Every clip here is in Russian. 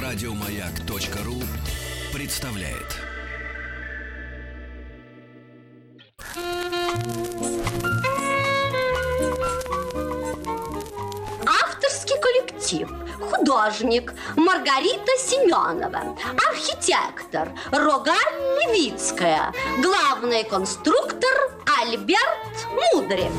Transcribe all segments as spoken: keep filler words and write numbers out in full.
Радиомаяк.ру представляет. Авторский коллектив. Художник Маргарита Семенова. Архитектор Рогаль Левицкая. Главный конструктор Альберт Мудрик.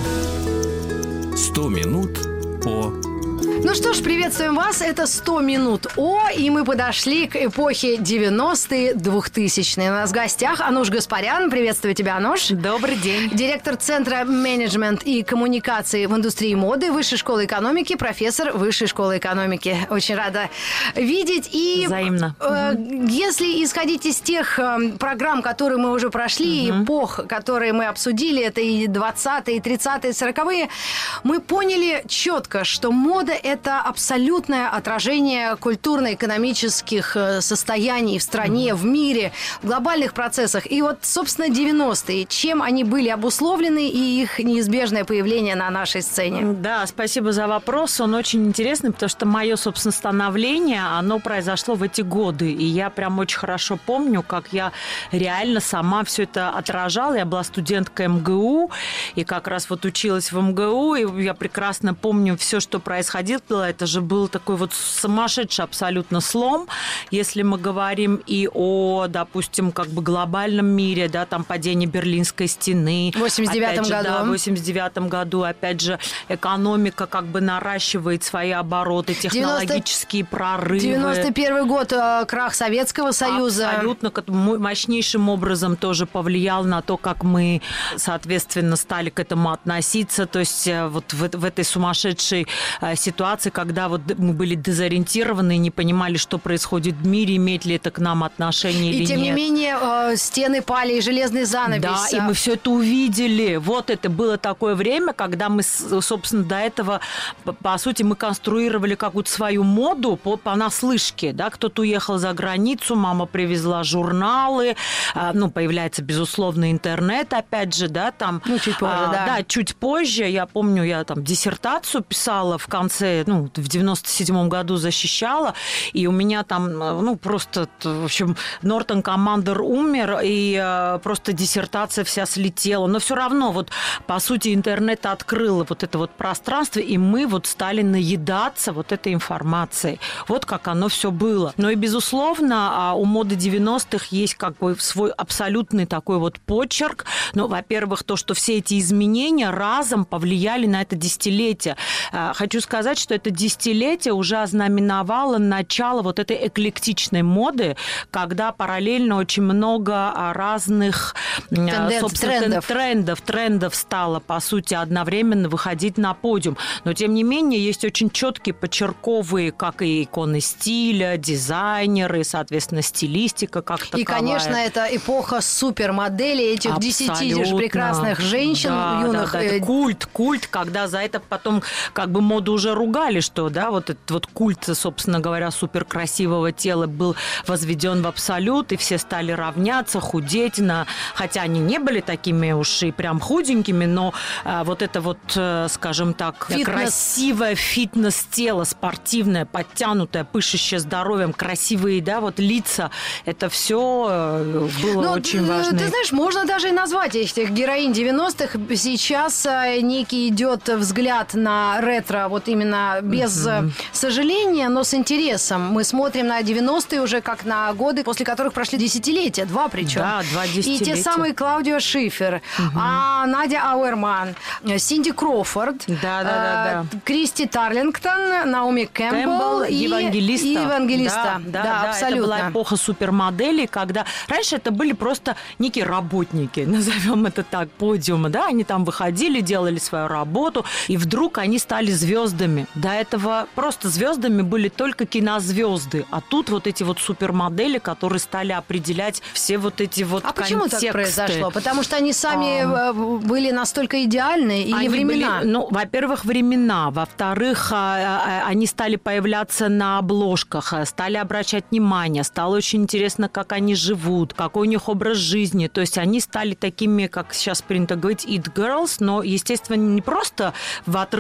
Сто минут по... Ну что ж, приветствуем вас. Это сто минут О, и мы подошли к эпохе девяностые, двухтысячные. У нас в гостях Ануш Гаспарян. Приветствую тебя, Ануш. Добрый день. Директор Центра менеджмент и коммуникации в индустрии моды Высшей школы экономики, профессор Высшей школы экономики. Очень рада видеть. И взаимно. Э, если исходить из тех э, программ, которые мы уже прошли, угу. эпох, которые мы обсудили, это и двадцатые, и тридцатые, и сороковые, мы поняли четко, что мода – это абсолютное отражение культурно-экономических состояний в стране, в мире, в глобальных процессах. И вот, собственно, девяностые, чем они были обусловлены и их неизбежное появление на нашей сцене? Да, спасибо за вопрос. Он очень интересный, потому что мое, собственно, становление, оно произошло в эти годы. И я прям очень хорошо помню, как я реально сама все это отражала. Я была студенткой эм гэ у, и как раз вот училась в эм гэ у, и я прекрасно помню все, что происходило. Это же был такой вот сумасшедший абсолютно слом, если мы говорим и о, допустим, как бы глобальном мире, да, там падение Берлинской стены. В восемьдесят девятом году. Да, в восемьдесят девятом году, опять же, экономика как бы наращивает свои обороты, технологические прорывы. девяносто первый год, крах Советского Союза. Абсолютно мощнейшим образом тоже повлиял на то, как мы, соответственно, стали к этому относиться. То есть вот в, в этой сумасшедшей ситуации, когда вот мы были дезориентированы, не понимали, что происходит в мире, имеет ли это к нам отношение или нет. И тем не менее э, стены пали, и железный занавес. Да, и мы все это увидели. Вот это было такое время, когда мы, собственно, до этого, по, по сути, мы конструировали какую-то свою моду по, понаслышке. Да? Кто-то уехал за границу, мама привезла журналы, э, ну, появляется, безусловно, интернет, опять же, да, там... Ну, чуть позже, а, да. Да, чуть позже. Я помню, я там диссертацию писала в конце, ну, в девяносто седьмом году защищала, и у меня там, ну, просто, в общем, Нортон Командер умер, и э, просто диссертация вся слетела. Но все равно, вот, по сути, интернет открыл вот это вот пространство, и мы вот стали наедаться вот этой информацией. Вот как оно все было. Но и, безусловно, у моды девяностых есть как бы свой абсолютный такой вот почерк. Ну, во-первых, то, что все эти изменения разом повлияли на это десятилетие. Хочу сказать, что это десятилетие уже ознаменовало начало вот этой эклектичной моды, когда параллельно очень много разных Тенденц, собственно, трендов. трендов, трендов стало, по сути, одновременно выходить на подиум. Но, тем не менее, есть очень четкие почерковые, как и иконы стиля, дизайнеры, соответственно, стилистика как таковая. И, конечно, это эпоха супермоделей, этих Абсолютно. десяти же прекрасных женщин, да, юных. Да, да. Это культ, культ, когда за это потом как бы моду уже ругали, что, да, вот этот вот культ, собственно говоря, суперкрасивого тела был возведен в абсолют, и все стали равняться, худеть, на... хотя они не были такими уж и прям худенькими, но а, вот это вот, скажем так, Фитнес. красивое фитнес-тело, спортивное, подтянутое, пышущее здоровьем, красивые, да, вот лица, это все было ну, очень важно. Ты знаешь, можно даже и назвать этих героинь девяностых. Сейчас некий идет взгляд на ретро, вот именно без uh-huh. сожаления, но с интересом. Мы смотрим на девяностые уже как на годы, после которых прошли десятилетия, два причем. Да, два десятилетия. И те самые Клаудио Шифер, uh-huh. а Надя Ауэрман, Синди Кроуфорд, да, да, да, да. Кристи Тарлингтон, Наоми Кэмпбелл, Кэмпбелл и Евангелиста. И Евангелиста. Да, да, да, да, абсолютно. Это была эпоха супермоделей, когда раньше это были просто некие работники, назовем это так, подиума, да, они там выходили, делали свою работу, и вдруг они стали звездами. До этого просто звездами были только кинозвезды, а тут вот эти вот супермодели, которые стали определять все вот эти вот а контексты. А почему так произошло? Потому что они сами а... были настолько идеальны или они времена? Были, ну, во-первых, времена. Во-вторых, они стали появляться на обложках, стали обращать внимание, стало очень интересно, как они живут, какой у них образ жизни. То есть они стали такими, как сейчас принято говорить, it girls, но, естественно, не просто в отрыве, как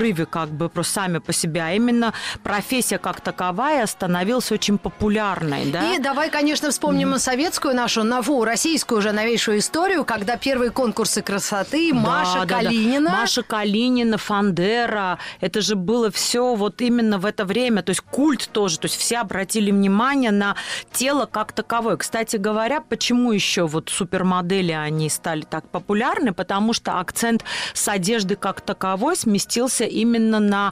как бы просто сами по себе, а именно профессия как таковая становилась очень популярной. Да? И давай, конечно, вспомним mm. советскую нашу, новую, российскую уже новейшую историю, когда первые конкурсы красоты, да, Маша да, Калинина. Да. Маша Калинина, Фандера, это же было все вот именно в это время, то есть культ тоже, то есть все обратили внимание на тело как таковое. Кстати говоря, почему еще вот супермодели, они стали так популярны? Потому что акцент с одежды как таковой сместился именно на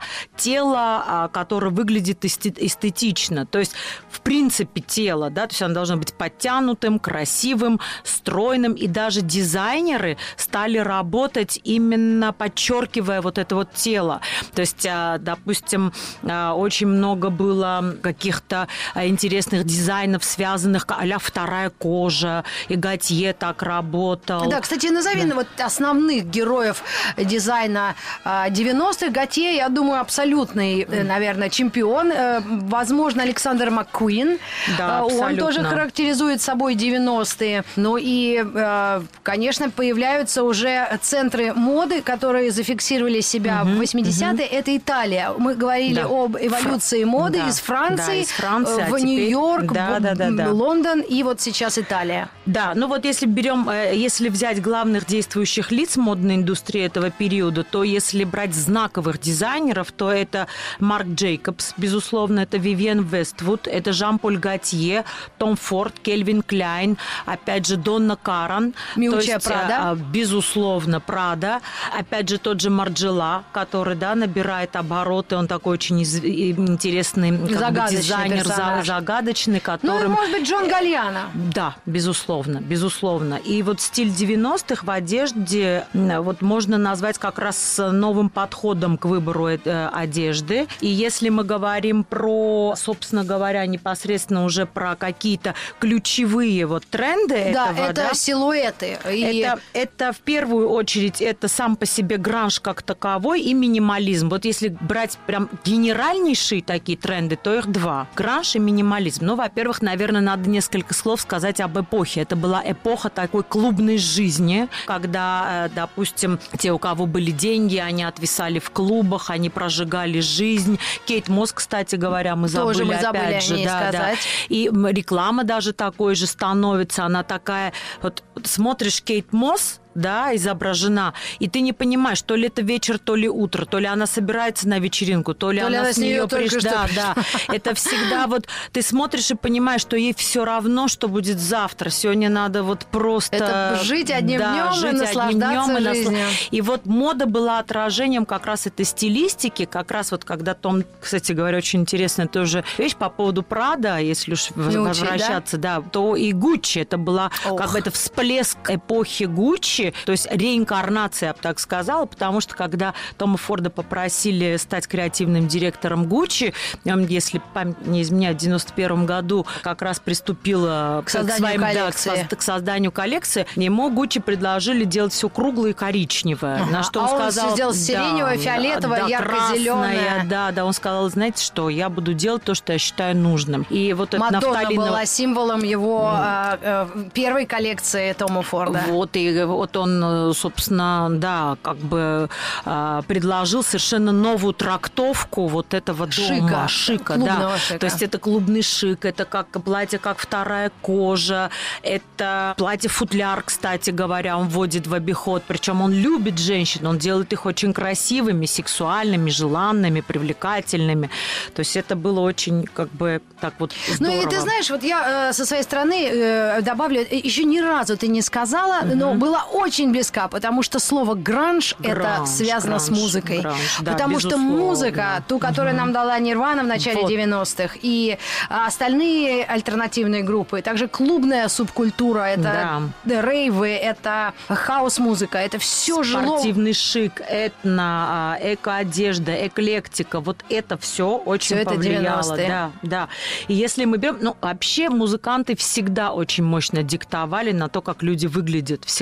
тело, которое выглядит эстетично. То есть, в принципе, тело, да, то есть оно должно быть подтянутым, красивым, стройным, и даже дизайнеры стали работать именно подчеркивая вот это вот тело. То есть, допустим, очень много было каких-то интересных дизайнов, связанных а-ля вторая кожа, и Готье так работал. Да, кстати, назови да. вот основных героев дизайна девяностых. Готье, я думаю, абсолютный, наверное, чемпион. Возможно, Александр Маккуин. Да, он тоже характеризует собой девяностые. Ну и, конечно, появляются уже центры моды, которые зафиксировали себя угу, в восьмидесятые. Угу. Это Италия. Мы говорили да. об эволюции Фра... моды да. из Франции, да, из Франции в а Нью-Йорк, теперь... да, да, да, да. Лондон и вот сейчас Италия. Да, ну вот если берем, если взять главных действующих лиц модной индустрии этого периода, то если брать знаковых дизайнеров, то это Марк Джейкобс, безусловно, это Вивиен Вествуд, это Жан-Поль Готье, Том Форд, Кельвин Кляйн, опять же Донна Карен. Миуччио Прадо. Безусловно, Прадо. Опять же тот же Марджела, который, да, набирает обороты, он такой очень интересный как бы, дизайнер, персонаж. загадочный, который... Ну, и, может быть, Джон Гальяно. Да, безусловно, безусловно. И вот стиль девяностых в одежде вот можно назвать как раз новым подходом к выбору одежды. И если мы говорим про, собственно говоря, непосредственно уже про какие-то ключевые вот тренды да, этого, это да, силуэты. И... Это, это в первую очередь это сам по себе гранж как таковой и минимализм. Вот если брать прям генеральнейшие такие тренды, то их два. Гранж и минимализм. Ну, во-первых, наверное, надо несколько слов сказать об эпохе. Это была эпоха такой клубной жизни, когда, допустим, те, у кого были деньги, они отвисали в клубах, они прожигали жизнь. Кейт Мосс, кстати говоря, мы забыли, Тоже мы забыли опять же. Да, сказать. да. И реклама даже такой же становится. Она такая... Вот смотришь Кейт Мосс, да, изображена, и ты не понимаешь, то ли это вечер, то ли утро, то ли она собирается на вечеринку, то ли, то она, она с нее пришла. Да, да. Это всегда вот ты смотришь и понимаешь, что ей все равно, что будет завтра. Сегодня надо вот просто... Это жить одним да, днем жить и наслаждаться днем жизнью. И, и вот мода была отражением как раз этой стилистики, как раз вот когда Том, кстати говоря, очень интересная тоже вещь по поводу Прада, если уж Миуччио, возвращаться, да? Да, то и Гуччи, это была Ох. как бы это всплеск эпохи Гуччи, то есть реинкарнация, я бы так сказала, потому что когда Тома Форда попросили стать креативным директором Гуччи, если память не изменяет, в девяносто первом году как раз приступила к созданию, к, своим, коллекции. Да, к созданию коллекции, ему Гуччи предложили делать все круглое и коричневое. Ага. На что он а сказал... он сделал сиреневое, да, фиолетовое, да, ярко-зеленое. Да, да, он сказал, знаете что, я буду делать то, что я считаю нужным. И вот это Мадонна нафталиновое... была символом его mm. э, э, первой коллекции Тома Форда. Вот, и вот он, собственно, да, как бы э, предложил совершенно новую трактовку вот этого дома. Шика. Шика, да. Шика. То есть это клубный шик, это как платье, как вторая кожа, это платье-футляр, кстати говоря, он вводит в обиход. Причем он любит женщин, он делает их очень красивыми, сексуальными, желанными, привлекательными. То есть это было очень, как бы, так вот здорово. Ну и ты знаешь, вот я э, со своей стороны э, добавлю, еще ни разу ты не сказала, угу. но была очень близка, потому что слово гранж, гранж это связано гранж, с музыкой. Гранж, да, потому безусловно. Что музыка, ту, которую угу. нам дала Нирвана в начале вот. девяностых, и остальные альтернативные группы, также клубная субкультура, это да. рейвы, это хаос-музыка, это все жило... Спортивный шик, этно, эко-одежда, эклектика, вот это все очень все повлияло. Это да, да. И если мы берем... Ну, вообще музыканты всегда очень мощно диктовали на то, как люди выглядят. Всегда.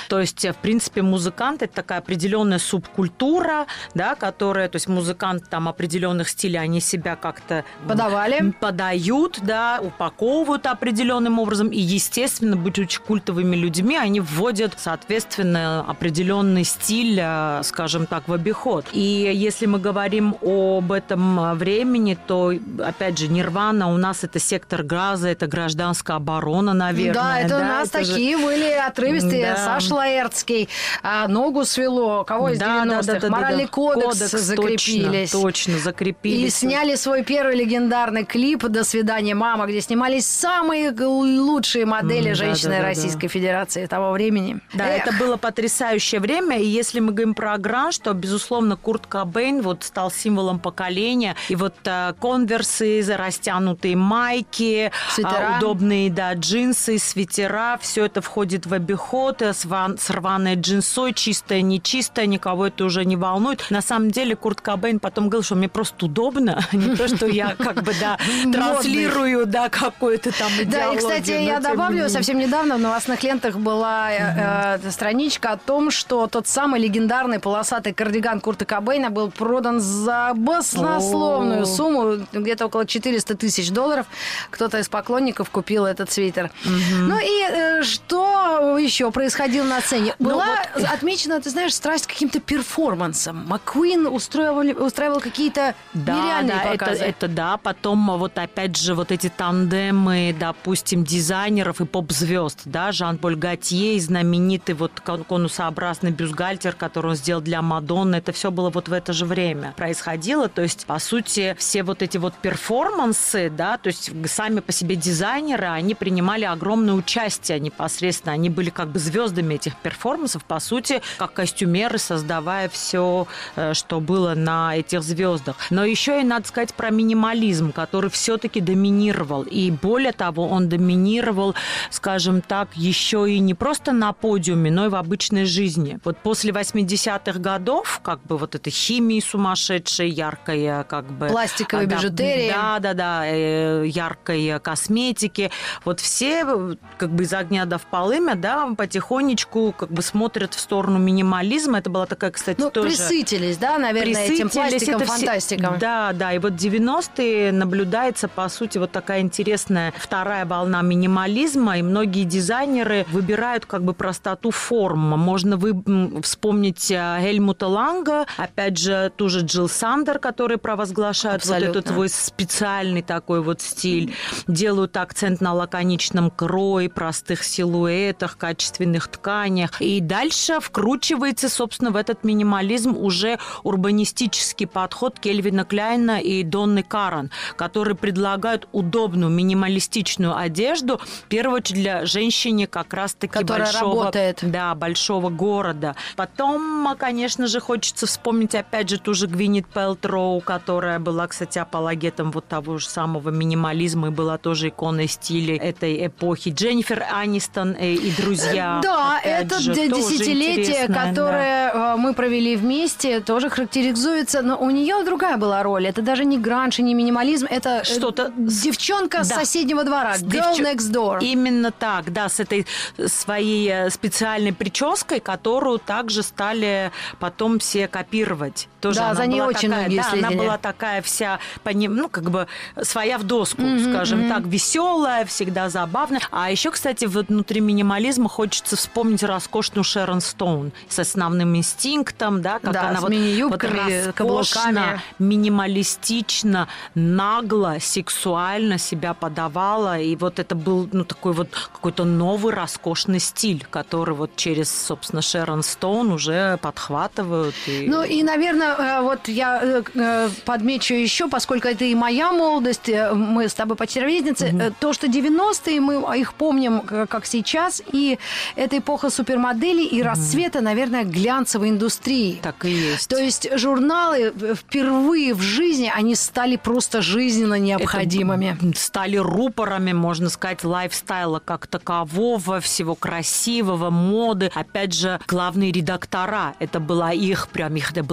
То есть, в принципе, музыкант – это такая определенная субкультура, да, которая, то есть музыканты там определенных стилей, они себя как-то подавали, подают, да, упаковывают определенным образом, и, естественно, будучи культовыми людьми, они вводят, соответственно, определенный стиль, скажем так, в обиход. И если мы говорим об этом времени, то, опять же, Нирвана у нас это сектор газа, это гражданская оборона, наверное. Да, это да, у нас это такие же... были отрывистые. Да. Саша Лаэртский, а, ногу свело, кого из да, девяностых? да, да, да, Моральный да, кодекс, кодекс закрепились. Точно, точно, закрепились. И сняли свой первый легендарный клип «До свидания, мама», где снимались самые лучшие модели mm, женщины да, да, Российской да. Федерации того времени. Да, Эх. это было потрясающее время. И если мы говорим про гранж, то, безусловно, Курт Кобейн вот стал символом поколения. И вот а, конверсы, растянутые майки, а, удобные, да, джинсы, свитера, все это входит в обиход. С, ван, с рваной джинсой, чистая, нечистая, никого это уже не волнует. На самом деле Курт Кобейн потом говорил, что мне просто удобно, не то, что я как бы, да, транслирую, да, какую-то там идеологию. Да, и, кстати, я добавлю, совсем недавно в новостных лентах была э, э, страничка о том, что тот самый легендарный полосатый кардиган Курта Кобейна был продан за баснословную сумму, где-то около четыреста тысяч долларов. Кто-то из поклонников купил этот свитер. Ну и э, что еще происходило на сцене? Была вот... отмечена, ты знаешь, страсть к каким-то перформансам. Маккуин устраивал, устраивал какие-то да, нереальные да, показы. Это, это да. Потом вот опять же вот эти тандемы, допустим, дизайнеров и поп-звезд. Да? Жан-Поль Готье, знаменитый вот конусообразный бюстгальтер, который он сделал для Мадонны. Это все было вот в это же время происходило. То есть, по сути, все вот эти вот перформансы, да, то есть сами по себе дизайнеры, они принимали огромное участие непосредственно. Они были как бы звездами этих перформансов, по сути, как костюмеры, создавая все, что было на этих звездах. Но еще и надо сказать про минимализм, который все-таки доминировал. И более того, он доминировал, скажем так, еще и не просто на подиуме, но и в обычной жизни. Вот после восьмидесятых годов, как бы вот этой химии сумасшедшей, яркой, как бы... Пластиковой да, бижутерии. Да, да, да, яркой косметики. Вот все как бы из огня до в полымя, да, потихонечку как бы смотрят в сторону минимализма. Это была такая, кстати, ну, тоже... присытились, да, наверное, этим пластиком, это фантастиком. Все... Да, да, и вот девяностые наблюдается, по сути, вот такая интересная вторая волна минимализма, и многие дизайнеры выбирают как бы простоту форм. Можно вы... вспомнить Хельмута Ланга, опять же, ту же Джилл Сандер, которые провозглашают абсолютно вот этот свой специальный такой вот стиль, делают акцент на лаконичном крое, простых силуэтах, качественных тканях. И дальше вкручивается, собственно, в этот минимализм уже урбанистический подход Кельвина Кляйна и Донны Карен, которые предлагают удобную минималистичную одежду, в первую очередь для женщины как раз-таки которая большого, работает. Да, большого города. Потом, конечно же, хочется вспомнить опять же ту же Гвинет Пэлтроу, которая была, кстати, апологетом вот того же самого минимализма и была тоже иконой стиля этой эпохи. Дженнифер Анистон и друзья. Да, это же, десятилетие, которое да. мы провели вместе, тоже характеризуется, но у нее другая была роль. Это даже не гранж и не минимализм, это что-то девчонка да. с соседнего двора, с girl девч... next door. Именно так, да, с этой своей специальной прической, которую также стали потом все копировать. Тоже да, за ней очень такая, многие да, следили. Она была такая вся, ну, как бы своя в доску, mm-hmm, скажем mm-hmm. так, веселая, всегда забавная. А еще, кстати, вот внутри минимализма хочется вспомнить роскошную Шерон Стоун с основным инстинктом, да, как да, она с вот, мини-юбками, вот каблуками, минималистично, нагло, сексуально себя подавала. И вот это был, ну, такой вот какой-то новый роскошный стиль, который вот через, собственно, Шерон Стоун уже подхватывают. И... Ну и, наверное, вот я подмечу еще, поскольку это и моя молодость, мы с тобой почти ровесницы, mm-hmm. то, что девяностые, мы их помним как сейчас, и это эпоха супермоделей и mm-hmm. расцвета, наверное, глянцевой индустрии. Так и есть. То есть журналы впервые в жизни, они стали просто жизненно необходимыми. Это стали рупорами, можно сказать, лайфстайла как такового, всего красивого, моды. Опять же, главные редактора, это была их, прям их, это было их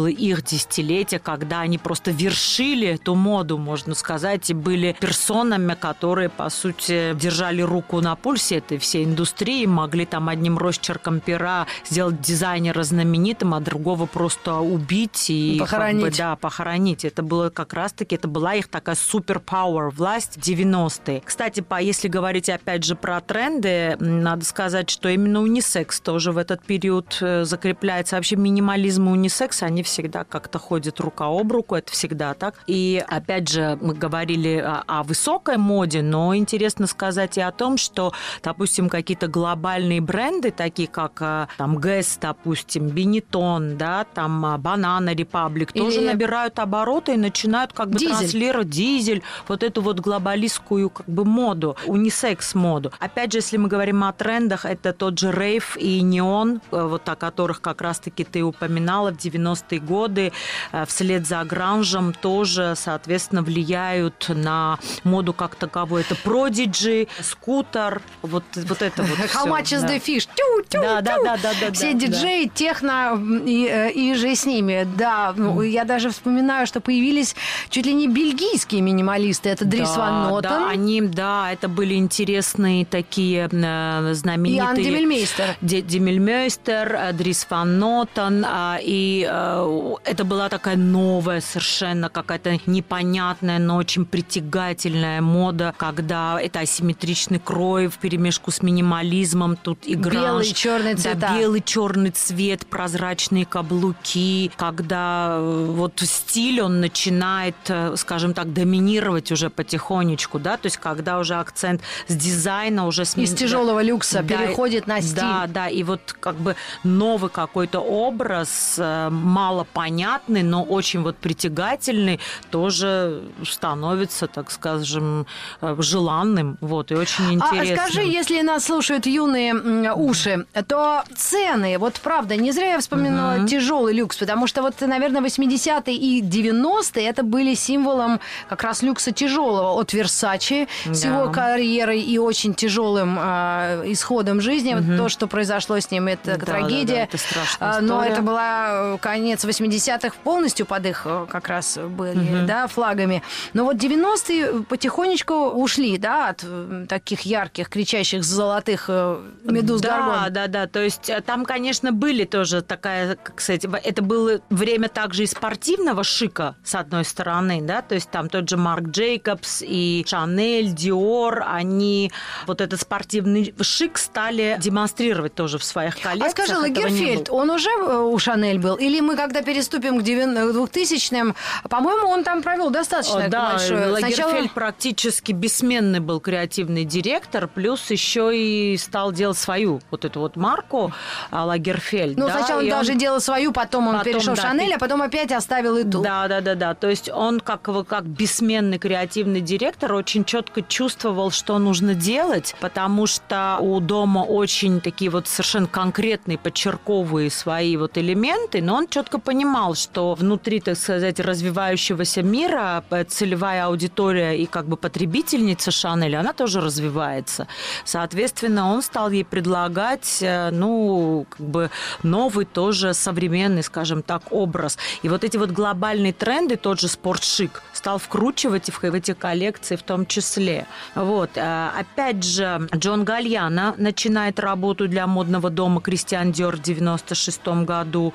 десятилетия, когда они просто вершили эту моду, можно сказать, и были персонами, которые, по сути, держали руку на пульсе этой всей индустрии, могли там одним росчерком пера сделать дизайнера знаменитым, а другого просто убить и похоронить. Как бы, да, похоронить. Это было как раз-таки, это была их такая суперпауэр власть в девяностые. Кстати, по, если говорить опять же про тренды, надо сказать, что именно унисекс тоже в этот период закрепляется. Вообще минимализм и унисекс, они всегда как-то ходят рука об руку, это всегда так. И опять же, мы говорили о, о высокой моде, но интересно сказать и о том, что, допустим, какие-то глобальные бренды, такие как там Гэс, допустим, Бенетон, да, там Banana Republic, Или... тоже набирают обороты и начинают как бы Дизель. транслировать дизель, вот эту вот глобалистскую как бы моду, унисекс-моду. Опять же, если мы говорим о трендах, это тот же рейв и неон, вот о которых как раз-таки ты упоминала в девяностые годы, вслед за гранжем тоже, соответственно, влияют на моду как таковую. Это Prodigy, скутер, вот, вот это вот How всё, much is да. the fish? Тю, тю, Да, да, тю. да, да, да, Все да, диджеи, техно и, и же с ними. Да, ну, я даже вспоминаю, что появились чуть ли не бельгийские минималисты. Это Дрис Да, Ван Нотен. Да, они, да, это были интересные такие э, знаменитые... Иоанн Демельмейстер. Де- Демельмейстер, э, Дрис Ван Нотен. Э, и э, это была такая новая совершенно какая-то непонятная, но очень притягательная мода, когда это асимметричный крой вперемешку с минимализмом. Тут и гранж. Белый и черный цвета. Да, белый, черный цвет, прозрачные каблуки. Когда э, вот стиль, он начинает, э, скажем так, доминировать уже потихонечку, да, то есть когда уже акцент с дизайна уже... Смен... Из тяжелого люкса да, переходит на стиль. Да, да, и вот как бы новый какой-то образ, э, малопонятный, но очень вот притягательный, тоже становится, так скажем, э, желанным, вот, и очень интересным. А скажи, если нас слушают юные м, уши, то цены, вот правда, не зря я вспоминала Мгм. тяжелый люкс, потому что вот, наверное, восьмидесятые и девяностые это были символом как раз люкса тяжелого от Versace с Да. его карьерой и очень тяжелым а, исходом жизни. Вот то, что произошло с ним, это Да, трагедия. да, да, это страшная А, Но история. это была конец восьмидесятых полностью под их э, как раз были, Мгм. да, флагами. Но вот девяностые потихонечку ушли, да, от э, таких ярких, кричащих золотых э, медуз Да, Горгон. да, да. То есть э, там, конечно, были тоже такая, как сказать, в- это было время также и спортивного шика, с одной стороны, да, то есть там тот же Марк Джейкобс и Шанель, Диор, они вот этот спортивный шик стали демонстрировать тоже в своих коллекциях. А скажи, Этого не Лагерфельд, было. он уже э, у Шанель был? Или мы, когда переступим к девян- двухтысячным, по-моему, он там провел достаточно О, да, большое... Лагерфельд Сначала... практически бессменный был креативный директор, плюс еще и стал делать свою вот эту вот марку а, Лагерфельд. Ну, да, сначала он и даже делал свою, потом он Потом, перешел в да, Шанель, ты- а потом опять оставил и ту. Да, да, да, да. То есть он как, его- как бессменный креативный директор очень четко чувствовал, что нужно делать, потому что у дома очень такие вот совершенно конкретные подчерковые свои вот элементы, но он четко понимал, что внутри, так сказать, развивающегося мира целевая аудитория и как бы потребительница Шанель, она тоже развивается. Соответственно, он стал ей предлагать, э, ну, как бы новый тоже современный, скажем так, образ. И вот эти вот глобальные тренды, тот же спортшик, стал вкручивать и в эти коллекции в том числе. Вот. А, Опять же, Джон Гальяно начинает работу для модного дома Кристиан Диор в девяносто шестом году.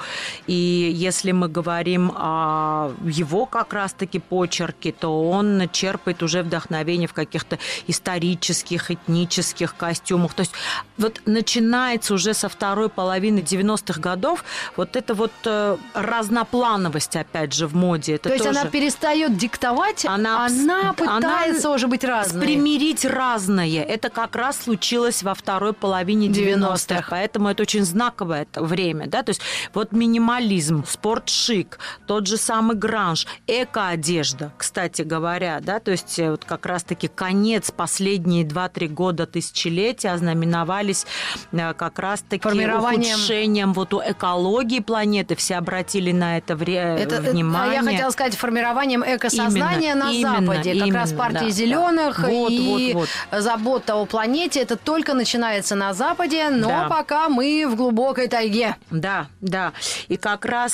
И если мы говорим о его как раз-таки почерке, то он черпает уже вдохновение в каких-то исторических, этнических костюмах. То есть вот начинается уже со второй половины девяностых годов вот эта вот э, разноплановость, опять же, в моде. Это То есть тоже... она перестает диктовать, Она она, пс- пытается она уже быть разной. Примирить разное. Это как раз случилось во второй половине девяностых. девяностых. Поэтому это очень знаковое это время. Да? То есть вот минимализм, спортшик, тот же самый гранж, эко-одежда, кстати говоря. Да? То есть вот как раз-таки конец, последние два-три года тысячелетия ознаменовались э, как раз-таки Формированием- ухудшением вот у экологии планеты. Все обратили на это, вре- Это, это- внимание. я хотела сказать, формированием экосознания Именно, на именно, Западе. Как раз именно, партия да, зеленых да. Вот, и вот, забота о планете. Это только начинается на Западе, но Да. пока мы в глубокой тайге. Да, да. И как раз мы в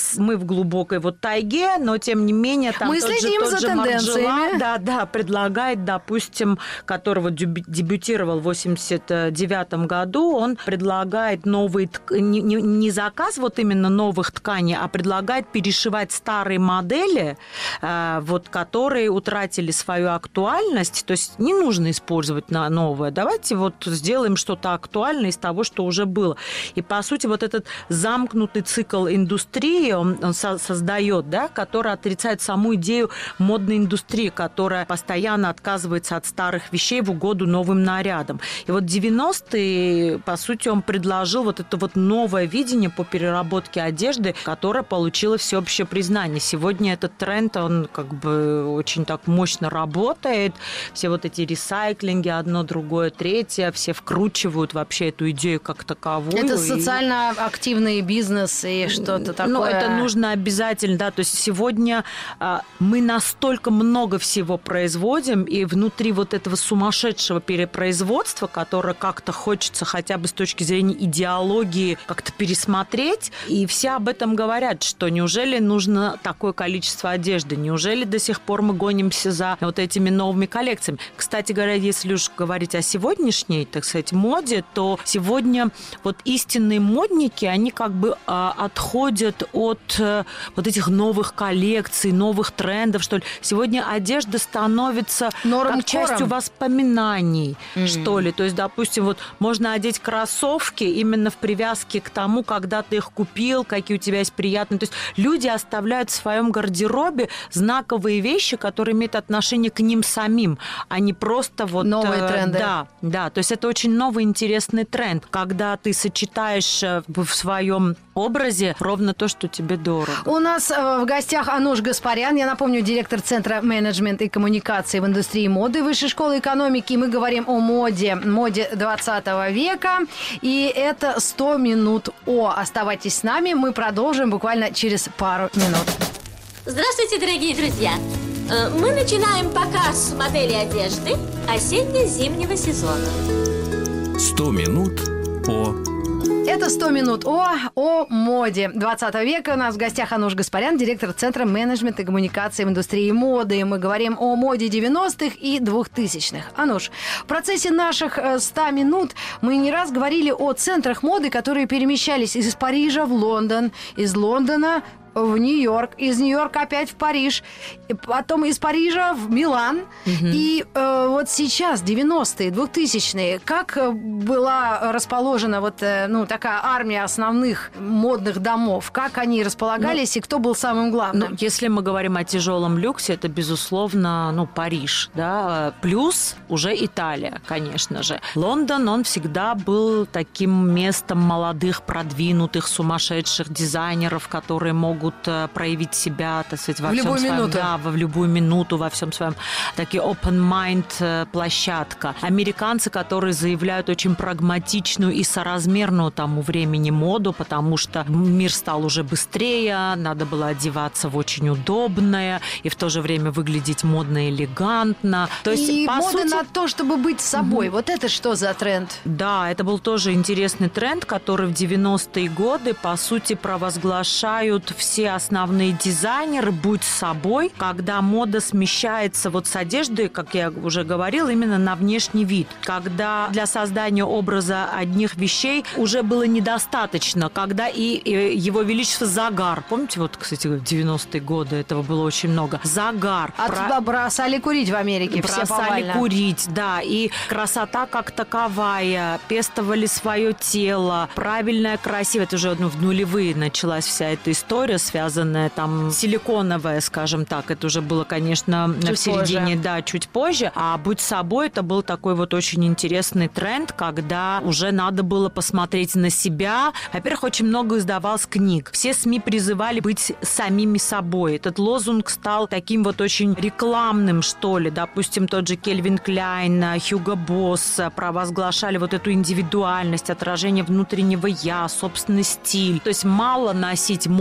глубокой вот тайге, но тем не менее там Мы тот следим же, тот за же тенденциями. Марджелан, да, да, предлагает, допустим, которого дебютировал в восемьдесят девятом году, он предлагает новые ткани, не, не заказ вот именно новых тканей, а предлагает перешивать старые модели, вот, которые утратили свою актуальность, то есть не нужно использовать на новое. Давайте вот сделаем что-то актуальное из того, что уже было. И, по сути, вот этот замкнутый цикл индустрии он, он со- создает, да, который отрицает саму идею модной индустрии, которая постоянно отказывается от старых вещей в угоду новым нарядам. И вот девяностые, по сути, он предложил вот это вот новое видение по переработке одежды, которое получило всеобщее признание. Сегодня этот тренд, он как бы очень так мощно работает. Все вот эти ресайклинги, одно, другое, третье, все вкручивают вообще эту идею как таковую. Это и... социально активный бизнес и что-то такое. Ну, это нужно обязательно, да. То есть сегодня а, мы настолько много всего производим, и внутри вот этого сумасшедшего перепроизводства, которое как-то хочется хотя бы с точки зрения идеологии как-то пересмотреть, и все об этом говорят, что неужели нужно такое количество одежды, неужели до сих пор мы гонимся за вот этими новыми коллекциями. Кстати говоря, если уж говорить о сегодняшней, так сказать, моде, то сегодня вот истинные модники, они как бы а, отходят от а, вот этих новых коллекций, новых трендов, что ли. Сегодня одежда становится Норм как частью воспоминаний, mm-hmm. что ли. То есть, допустим, вот можно одеть кроссовки именно в привязке к тому, когда ты их купил, какие у тебя есть приятные. То есть люди оставляют в своем гардеробе знаковые вещи, которые имеют отношение к ним самим, а не просто вот... Новые тренды. Да, да. То есть это очень новый интересный тренд, когда ты сочетаешь в своем образе ровно то, что тебе дорого. У нас в гостях Ануш Гаспарян, я напомню, директор Центра менеджмента и коммуникации в индустрии моды Высшей школы экономики. Мы говорим о моде, моде двадцатого века. И это сто минут О. Оставайтесь с нами, мы продолжим буквально через пару минут. Здравствуйте, дорогие друзья! Мы начинаем показ модели одежды осенне-зимнего сезона. сто минут О. Это сто минут О, о моде двадцатого века. У нас в гостях Ануш Гаспарян, директор Центра менеджмента и коммуникации в индустрии моды. Мы говорим о моде девяностых и двухтысячных. Ануш, в процессе наших ста минут мы не раз говорили о центрах моды, которые перемещались из Парижа в Лондон, из Лондона в Нью-Йорк, из Нью-Йорка опять в Париж, потом из Парижа в Милан. Угу. И э, вот сейчас, девяностые, двухтысячные, как была расположена вот, э, ну, такая армия основных модных домов? Как они располагались, ну, и кто был самым главным? Ну, если мы говорим о тяжелом люксе, это, безусловно, ну, Париж, да, плюс уже Италия, конечно же. Лондон, он всегда был таким местом молодых, продвинутых, сумасшедших дизайнеров, которые могут проявить себя, так сказать, во в всем любую своем, минуту. Да, в любую минуту, во всем своем, такие open mind площадка. Американцы, которые заявляют очень прагматичную и соразмерную тому времени моду, потому что мир стал уже быстрее, надо было одеваться в очень удобное и в то же время выглядеть модно и элегантно. То есть, и по мода сути... на то, чтобы быть собой. Mm-hmm. Вот это что за тренд? Да, это был тоже интересный тренд, который в девяностые годы, по сути, провозглашают все все основные дизайнеры, будь собой, когда мода смещается вот с одежды, как я уже говорила, именно на внешний вид. Когда для создания образа одних вещей уже было недостаточно, когда и, и его величество загар. Помните, вот, кстати, в девяностые годы этого было очень много. Загар. От Про... бросали курить в Америке. Бросали все повально. курить, да. И красота как таковая. Пестовали свое тело. Правильная, красивая. Это уже ну, в нулевые началась вся эта история, связанная там силиконовая, скажем так. Это уже было, конечно, чуть в середине, позже. да, чуть позже. А «Будь собой» это был такой вот очень интересный тренд, когда уже надо было посмотреть на себя. Во-первых, очень много издавалось книг. Все СМИ призывали быть самими собой. Этот лозунг стал таким вот очень рекламным, что ли. Допустим, тот же Кельвин Кляйн, Хьюго Босс провозглашали вот эту индивидуальность, отражение внутреннего «я», собственный стиль. То есть мало носить модную одежду,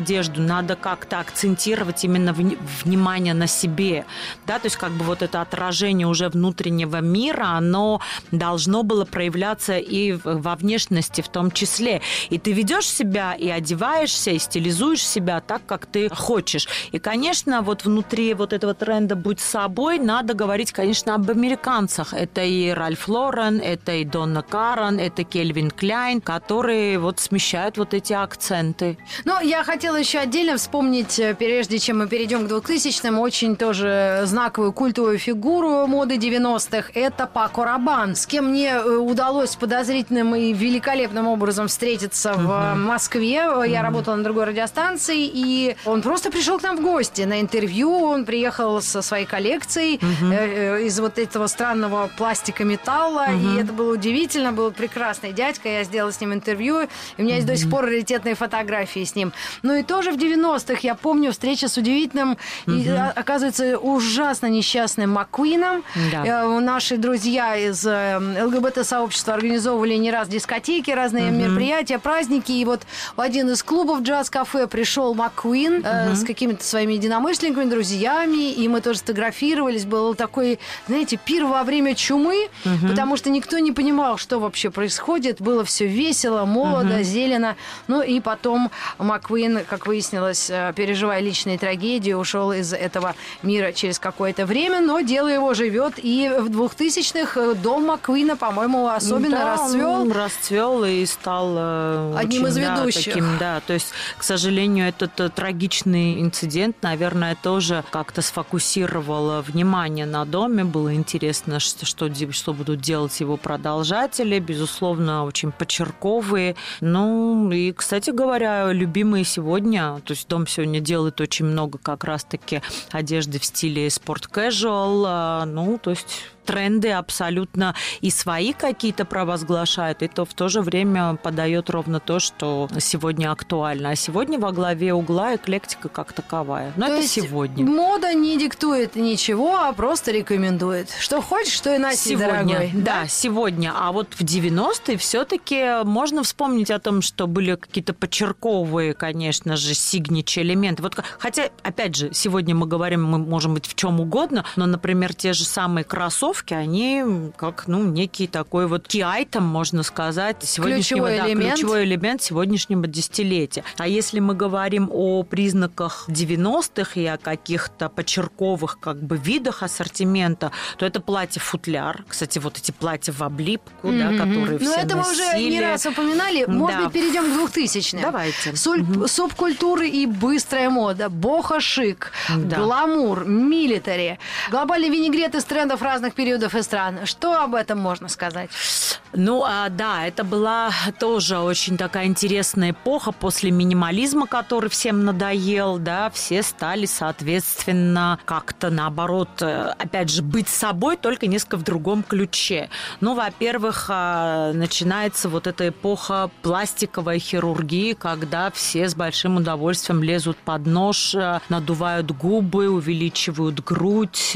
одежду, надо как-то акцентировать именно в, внимание на себе, да, то есть как бы вот это отражение уже внутреннего мира, оно должно было проявляться и во внешности в том числе. И ты ведешь себя и одеваешься, и стилизуешь себя так, как ты хочешь. И, конечно, вот внутри вот этого тренда «Будь собой» надо говорить, конечно, об американцах. Это и Ральф Лорен, это и Донна Карен, это Кельвин Кляйн, которые вот смещают вот эти акценты. Но я хотела еще отдельно вспомнить, прежде чем мы перейдем к двухтысячным, очень тоже знаковую культовую фигуру моды девяностых. Это Пако Рабан, с кем мне удалось подозрительным и великолепным образом встретиться uh-huh. в Москве. Я uh-huh. работала на другой радиостанции, и он просто пришел к нам в гости на интервью. Он приехал со своей коллекцией uh-huh. э, из вот этого странного пластика металла, uh-huh. и это было удивительно, был прекрасный дядька. Я сделала с ним интервью, и у меня есть uh-huh. до сих пор раритетные фотографии с ним. Ну и тоже в девяностых я помню встреча с удивительным uh-huh. и, оказывается, ужасно несчастным Маккуином. Да. Наши друзья из ЛГБТ-сообщества организовывали не раз дискотеки, разные uh-huh. мероприятия, праздники. И вот в один из клубов джаз-кафе пришел Маккуин uh-huh. э, с какими-то своими единомышленниками, друзьями, и мы тоже сфотографировались. Был такой, знаете, пир во время чумы, uh-huh. потому что никто не понимал, что вообще происходит. Было все весело, молодо, uh-huh. зелено. Ну и потом Маккуин, как выяснилось, переживая личные трагедии, ушел из этого мира через какое-то время, но дело его живет. И в двухтысячных дом Маккуина, по-моему, особенно да, расцвел. Он расцвел и стал э, одним очень, из ведущих. Да, таким, да, то есть, к сожалению, этот э, трагичный инцидент, наверное, тоже как-то сфокусировал внимание на доме. Было интересно, что, что, что будут делать его продолжатели. Безусловно, очень почерковые. Ну, и, кстати говоря, любимые сегодня. То есть дом сегодня делает очень много как раз-таки одежды в стиле спорт-кэжуал. Ну, то есть... тренды абсолютно и свои какие-то провозглашает, и то в то же время подает ровно то, что сегодня актуально. А сегодня во главе угла эклектика как таковая. Но то это есть сегодня. Мода не диктует ничего, а просто рекомендует. Что хочешь, то и носи, сегодня, дорогой. Да, да, сегодня. А вот в девяностые все-таки можно вспомнить о том, что были какие-то почерковые, конечно же, сигничи элементы. Вот, хотя, опять же, сегодня мы говорим, мы можем быть в чем угодно, но, например, те же самые кроссовки, они как, ну, некий такой вот key item, можно сказать, сегодняшнего, ключевой, да, элемент. ключевой элемент сегодняшнего десятилетия. А если мы говорим о признаках девяностых и о каких-то почерковых как бы видах ассортимента, то это платье-футляр. Кстати, вот эти платья в облипку, mm-hmm. да, которые ну, все это носили. мы уже не раз упоминали. Может да. быть, перейдем к двухтысячным. Давайте. Суль... Mm-hmm. Субкультуры и быстрая мода, бохо-шик, да. гламур, милитари, глобальный винегрет из трендов разных периодов и стран. Что об этом можно сказать? Ну, а, да, это была тоже очень такая интересная эпоха после минимализма, который всем надоел, да, все стали, соответственно, как-то наоборот, опять же, быть собой, только несколько в другом ключе. Ну, во-первых, начинается вот эта эпоха пластиковой хирургии, когда все с большим удовольствием лезут под нож, надувают губы, увеличивают грудь,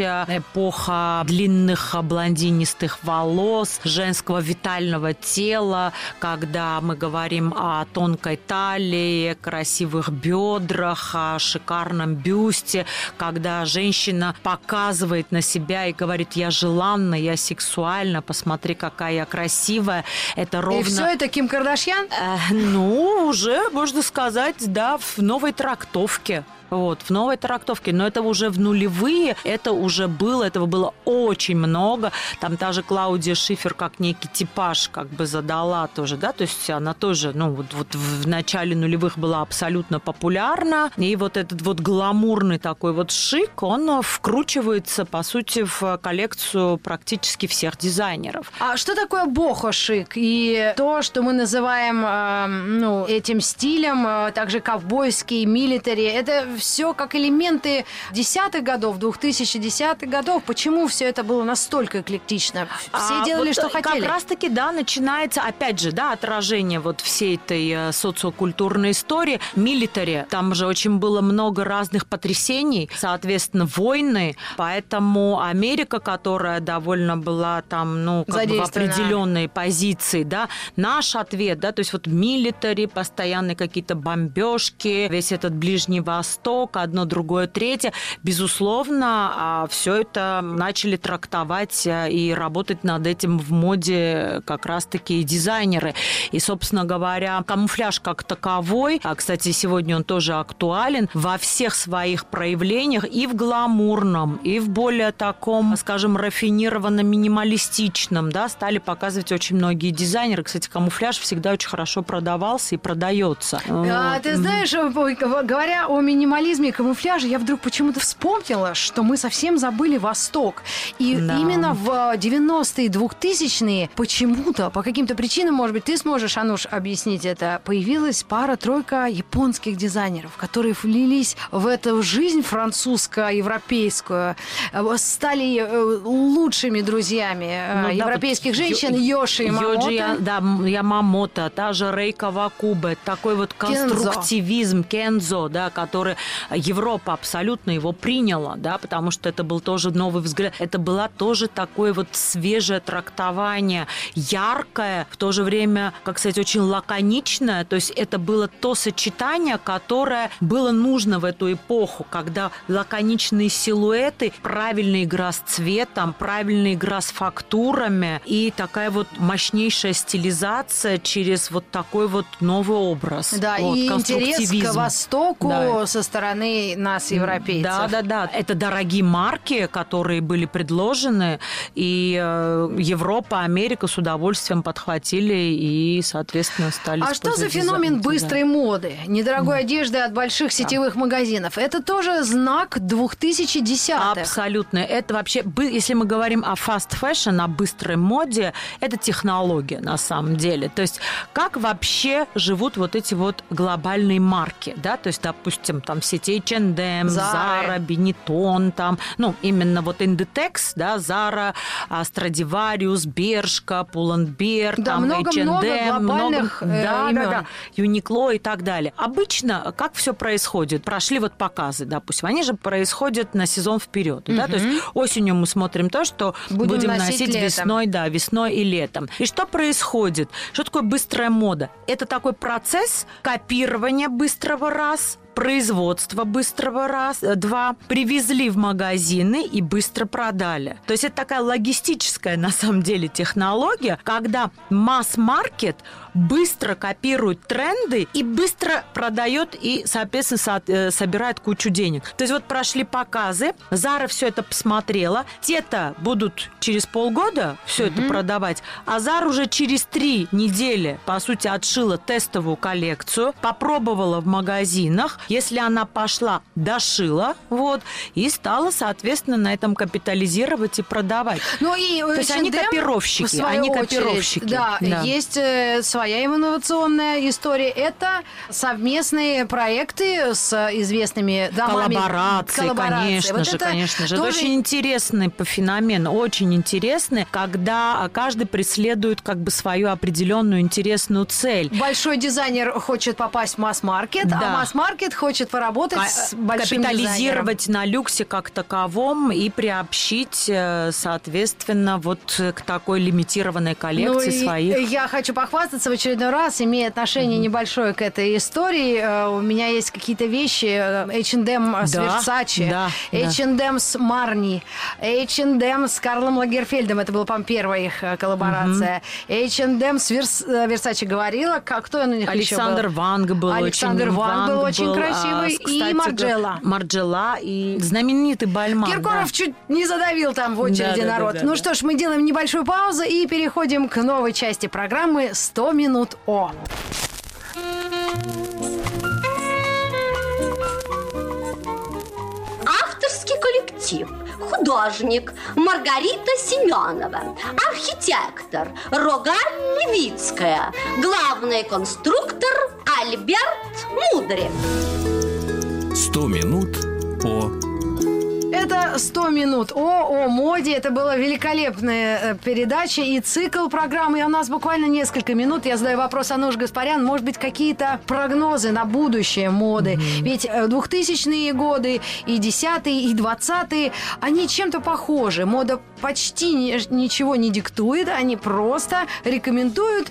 эпоха длинных блондинистых волос, женского витального тела, когда мы говорим о тонкой талии, красивых бедрах, о шикарном бюсте, когда женщина показывает на себя и говорит: я желанна, я сексуальна, посмотри, какая я красивая. Это ровно... И все это Ким Кардашьян? Э, ну, уже, можно сказать, да, в новой трактовке. Вот, в новой трактовке. Но это уже в нулевые, это уже было, этого было очень много. Там та же Клаудия Шифер как некий типаж как бы задала тоже, да, то есть она тоже, ну, вот, вот в начале нулевых была абсолютно популярна. И вот этот вот гламурный такой вот шик, он вкручивается, по сути, в коллекцию практически всех дизайнеров. А что такое бохо-шик? И то, что мы называем, э, ну, этим стилем, э, также ковбойский, милитари, это все как элементы десятых годов, двухтысячных годов. Почему все это было настолько эклектично? Все а делали, вот что хотели. Как раз-таки, да, начинается, опять же, да, отражение вот всей этой социокультурной истории. Милитари, там же очень было много разных потрясений, соответственно, войны, поэтому Америка, которая довольно была там, ну, как бы в определенной позиции, да, наш ответ, да, то есть вот милитари, постоянные какие-то бомбежки, весь этот Ближний Восток, одно, другое, третье, безусловно, все это начали трактовать и работать над этим в моде как раз-таки дизайнеры. И, собственно говоря, камуфляж как таковой, а, кстати, сегодня он тоже актуален, во всех своих проявлениях и в гламурном, и в более таком, скажем, рафинированно-минималистичном, да, стали показывать очень многие дизайнеры. Кстати, камуфляж всегда очень хорошо продавался и продается. А, вот. Ты знаешь, говоря о минимализме и камуфляже, я вдруг почему-то вспомнила, что мы совсем забыли Восток. И да. именно в девяностые, двухтысячные почему-то, по каким-то причинам, может быть, ты сможешь, Ануш, объяснить это, появилась пара-тройка японских дизайнеров, которые влились в эту жизнь французско-европейскую, стали лучшими друзьями ну, европейских да, женщин, Ё- Йоши Ямамото. Йоджи, да, Ямамото, та же Рейка Вакубе, такой вот конструктивизм, кензо, да, который Европа абсолютно его приняла, да, потому что это был тоже новый взгляд, это было тоже такое вот свежее трактование, яркое, в то же время, как сказать, очень лаконичное, то есть это было то сочетание, которое было нужно в эту эпоху, когда лаконичные силуэты, правильная игра с цветом, правильная игра с фактурами и такая вот мощнейшая стилизация через вот такой вот новый образ. Да, вот, и интерес к Востоку да. со стороны нас, европейцев. Да, да, да. Это дорогие марки, которые были предложены, и э, Европа, Америка с удовольствием подхватили и, соответственно, стали А что за феномен быстрой да. моды? Недорогой mm. одежды от больших сетевых да. магазинов. Это тоже знак двухтысячных. Абсолютно. Это вообще, если мы говорим о fast fashion, о быстрой моде, это технология на самом деле. То есть как вообще живут вот эти вот глобальные марки, да, то есть, допустим, там в сети эйч энд эм, Zara, Benetton, там, ну, именно вот Inditex, да, Zara, Stradivarius, Bershka, Pull&Bear, да, там много, эйч энд эм, много глобальных много, э, да, имен. да, да, Uniqlo и так далее. Обычно как все происходит? Прошли вот показы, допустим, они же происходят на сезон вперед, угу. да, то есть осенью мы смотрим то, что будем, будем носить, носить весной, да, весной и летом. И что происходит? Что такое быстрая мода? Это такой процесс копирования быстрого раз, производство быстрого раз, два, привезли в магазины и быстро продали. То есть это такая логистическая, на самом деле, технология, когда масс-маркет быстро копирует тренды и быстро продает и, соответственно, со- собирает кучу денег. То есть вот прошли показы, Zara все это посмотрела, те-то будут через полгода все mm-hmm. это продавать, а Zara уже через три недели, по сути, отшила тестовую коллекцию, попробовала в магазинах, если она пошла, дошила, вот, и стала, соответственно, на этом капитализировать и продавать. Ну и то есть они копировщики, они очередь, копировщики. Да, да, есть э, своя инновационная история. Это совместные проекты с известными домами. Коллаборации, Коллаборации. конечно вот же, конечно же. Тоже... Это очень интересный по феномену, очень интересный, когда каждый преследует как бы свою определенную интересную цель. Большой дизайнер хочет попасть в масс-маркет, да. а масс-маркет хочет поработать а, с большим капитализировать дизайнером. На люксе как таковом и приобщить, соответственно, вот к такой лимитированной коллекции ну, своих. Я хочу похвастаться в очередной раз, имея отношение mm-hmm. небольшое к этой истории. У меня есть какие-то вещи эйч энд эм с да, Versace, да, эйч энд эм да. с Марни, эйч энд эм с Карлом Лагерфельдом, это была, по-моему, первая их коллаборация. Mm-hmm. эйч энд эм с Верс... Versace говорила, как кто он у них Александр еще был? Ванг был Александр очень Ванг был очень был, красивый, а, кстати, и Марджелла. Марджелла и знаменитый Бальмак. Киркоров да. чуть не задавил там в очереди да, народ. Да, да, ну да. что ж, мы делаем небольшую паузу и переходим к новой части программы «сто минут О». Авторский коллектив. Художник Маргарита Семенова. Архитектор Рогаль Левицкая. Главный конструктор Альберт Мудрик. сто минут по... Это сто минут о, о моде. Это была великолепная передача и цикл программы. И у нас буквально несколько минут. Я задаю вопрос Ануш Гаспарян. Может быть, какие-то прогнозы на будущее моды? Mm-hmm. Ведь двухтысячные годы и десятые, и двадцатые, они чем-то похожи. Мода почти ничего не диктует. Они просто рекомендуют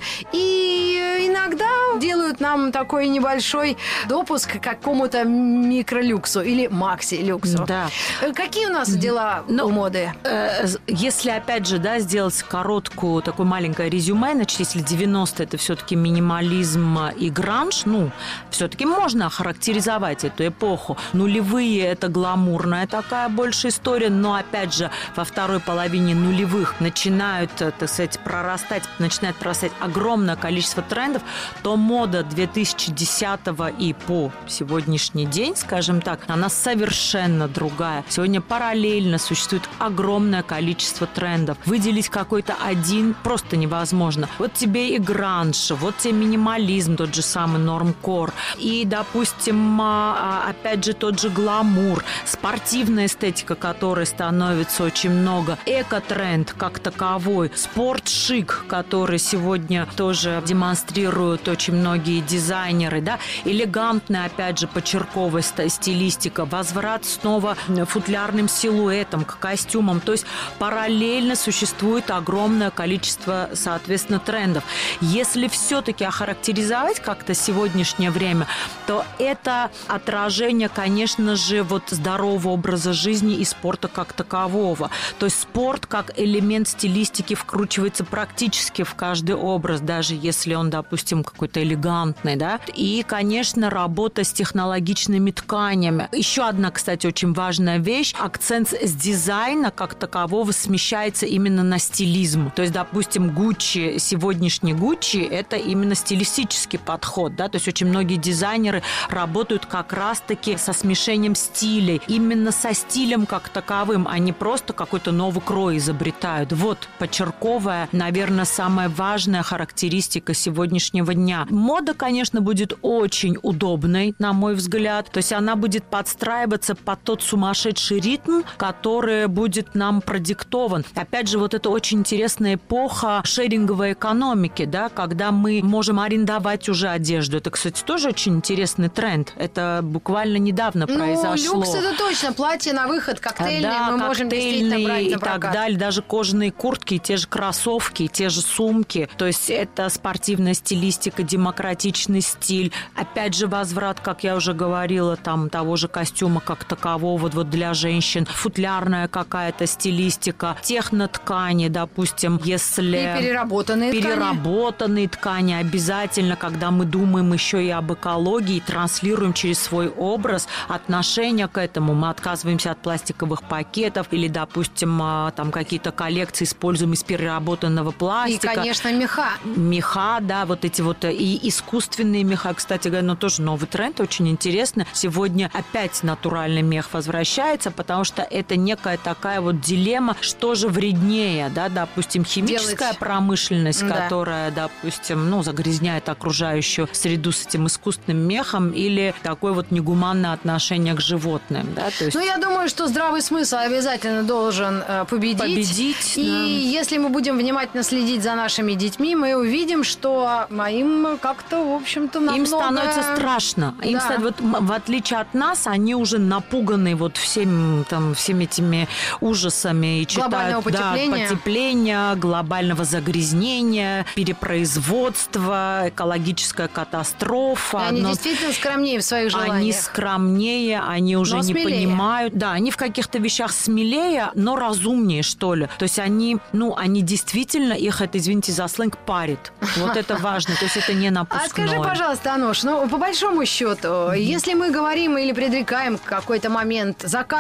и иногда делают нам такой небольшой допуск к какому-то микролюксу или макси-люксу. Да. Какие у нас дела Но, у моды? Э, если, опять же, да, сделать короткую, такое маленькое резюме, значит, если девяностые это все-таки минимализм и гранж, ну, все-таки можно охарактеризовать эту эпоху. Нулевые – это гламурная такая больше история, но, опять же, во второй половине нулевых начинают, так сказать, прорастать, начинает прорастать огромное количество трендов, то мода две тысячи десятого и по сегодняшний день, скажем так, она совершенно другая. Сегодня параллельно существует огромное количество трендов. Выделить какой-то один просто невозможно. Вот тебе и гранж, вот тебе минимализм, тот же самый нормкор. И, допустим, опять же, тот же гламур, спортивная эстетика, которой становится очень много, эко-тренд как таковой, спорт-шик, который сегодня тоже демонстрируют очень многие дизайнеры, да, элегантная, опять же, почерковая стилистика, возврат снова футлярным силуэтом, к костюмам. То есть параллельно существует огромное количество, соответственно, трендов. Если все-таки охарактеризовать как-то сегодняшнее время, то это отражение, конечно же, вот здорового образа жизни и спорта как такового. То есть спорт как элемент стилистики вкручивается практически в каждый образ, даже если он, допустим, какой-то элегантный, да. И, конечно, работа с технологичными тканями. Еще одна, кстати, очень важная вещь. Акцент с дизайна как такового смещается именно на стилизм. То есть, допустим, Гуччи, сегодняшний Гуччи, это именно стилистический подход, да, то есть очень многие дизайнеры работают как раз-таки со смешением стилей, именно со стилем как таковым, а не просто какой-то новый крой изобретают. Вот почерковая, наверное, самая важная характеристика сегодняшнего дня. Мода, конечно, будет очень удобной, на мой взгляд, то есть она будет подстраиваться под тот сумасшедший ритм, который будет нам продиктован. Опять же, вот это очень интересная эпоха шеринговой экономики, да, когда мы можем арендовать уже одежду. Это, кстати, тоже очень интересный тренд. Это буквально недавно ну, произошло. Люкс это точно. Платье на выход, коктейльные, да, мы можем действительно брать на и прокат. так далее. Даже кожаные куртки, те же кроссовки, те же сумки. То есть это спортивная стилистика, демократичный стиль. Опять же, возврат, как я уже говорила, там того же костюма как такового вот для женщин. Футлярная какая-то стилистика. Техноткани, допустим, если... И переработанные ткани. Переработанные ткани обязательно, когда мы думаем еще и об экологии, транслируем через свой образ отношение к этому. Мы отказываемся от пластиковых пакетов или, допустим, там какие-то коллекции используем из переработанного пластика. И, конечно, меха. Меха, да, вот эти вот и искусственные меха, кстати говоря, ну тоже новый тренд, очень интересно. Сегодня опять натуральный мех возвращается, потому что это некая такая вот дилемма, что же вреднее, да, допустим, химическая Делать. промышленность, Да. которая, допустим, ну, загрязняет окружающую среду с этим искусственным мехом, или такое вот негуманное отношение к животным, да, то есть... Ну, я думаю, что здравый смысл обязательно должен э, победить. Победить, И да. если мы будем внимательно следить за нашими детьми, мы увидим, что им как-то, в общем-то, намного... Им становится страшно. Им Да. ста- вот, в отличие от нас, они уже напуганы вот всем, там, всеми этими ужасами. И Глобального читают, потепления. Да, потепления, глобального загрязнения, перепроизводства, экологическая катастрофа. И они Но действительно скромнее в своих желаниях. Они скромнее, они уже Но не смелее. понимают. Да, они в каких-то вещах смелее, но разумнее, что ли. То есть они, ну, они действительно, их это, извините за сленг, парит. Вот это важно. То есть это не напускное. А скажи, пожалуйста, Ануш, ну, по большому счету, если мы говорим или предрекаем какой-то момент закат театра,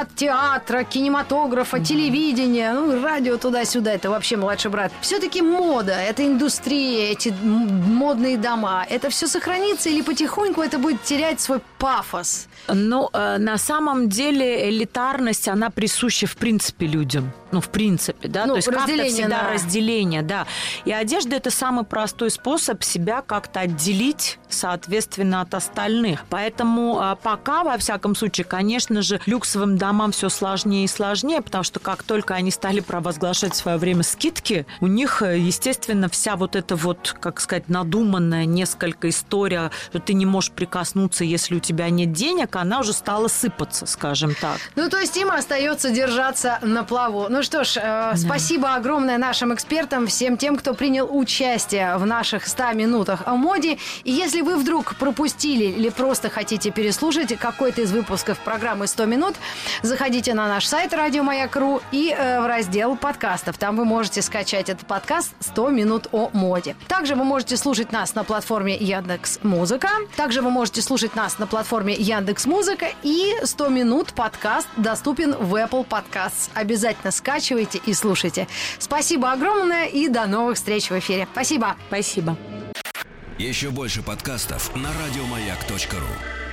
театра, кинематографа, телевидения, ну, радио туда-сюда, это вообще младший брат. Все-таки мода, это индустрия, эти модные дома, это все сохранится или потихоньку это будет терять свой пафос? Ну, э, на самом деле элитарность, она присуща в принципе людям. Ну, в принципе, да. Ну, то есть как-то всегда на... разделение, да. И одежда – это самый простой способ себя как-то отделить, соответственно, от остальных. Поэтому э, пока, во всяком случае, конечно же, люксовым домам все сложнее и сложнее, потому что как только они стали провозглашать в свое время скидки, у них, естественно, вся вот эта вот, как сказать, надуманная несколько история, что ты не можешь прикоснуться, если у тебя нет денег, она уже стала сыпаться, скажем так. Ну, то есть им остается держаться на плаву. Ну что ж, э, да. спасибо огромное нашим экспертам, всем тем, кто принял участие в наших ста минутах о моде. И если вы вдруг пропустили или просто хотите переслушать какой-то из выпусков программы «сто минут», заходите на наш сайт радио маяк точка ру и э, в раздел подкастов. Там вы можете скачать этот подкаст «сто минут о моде». Также вы можете слушать нас на платформе Яндекс.Музыка. Также вы можете слушать нас на платформе Яндекс.Музыка. И сто минут подкаст доступен в Apple Podcasts. Обязательно скачивайте и слушайте. Спасибо огромное и до новых встреч в эфире. Спасибо. Спасибо. Еще больше подкастов на радиомаяк точка ру.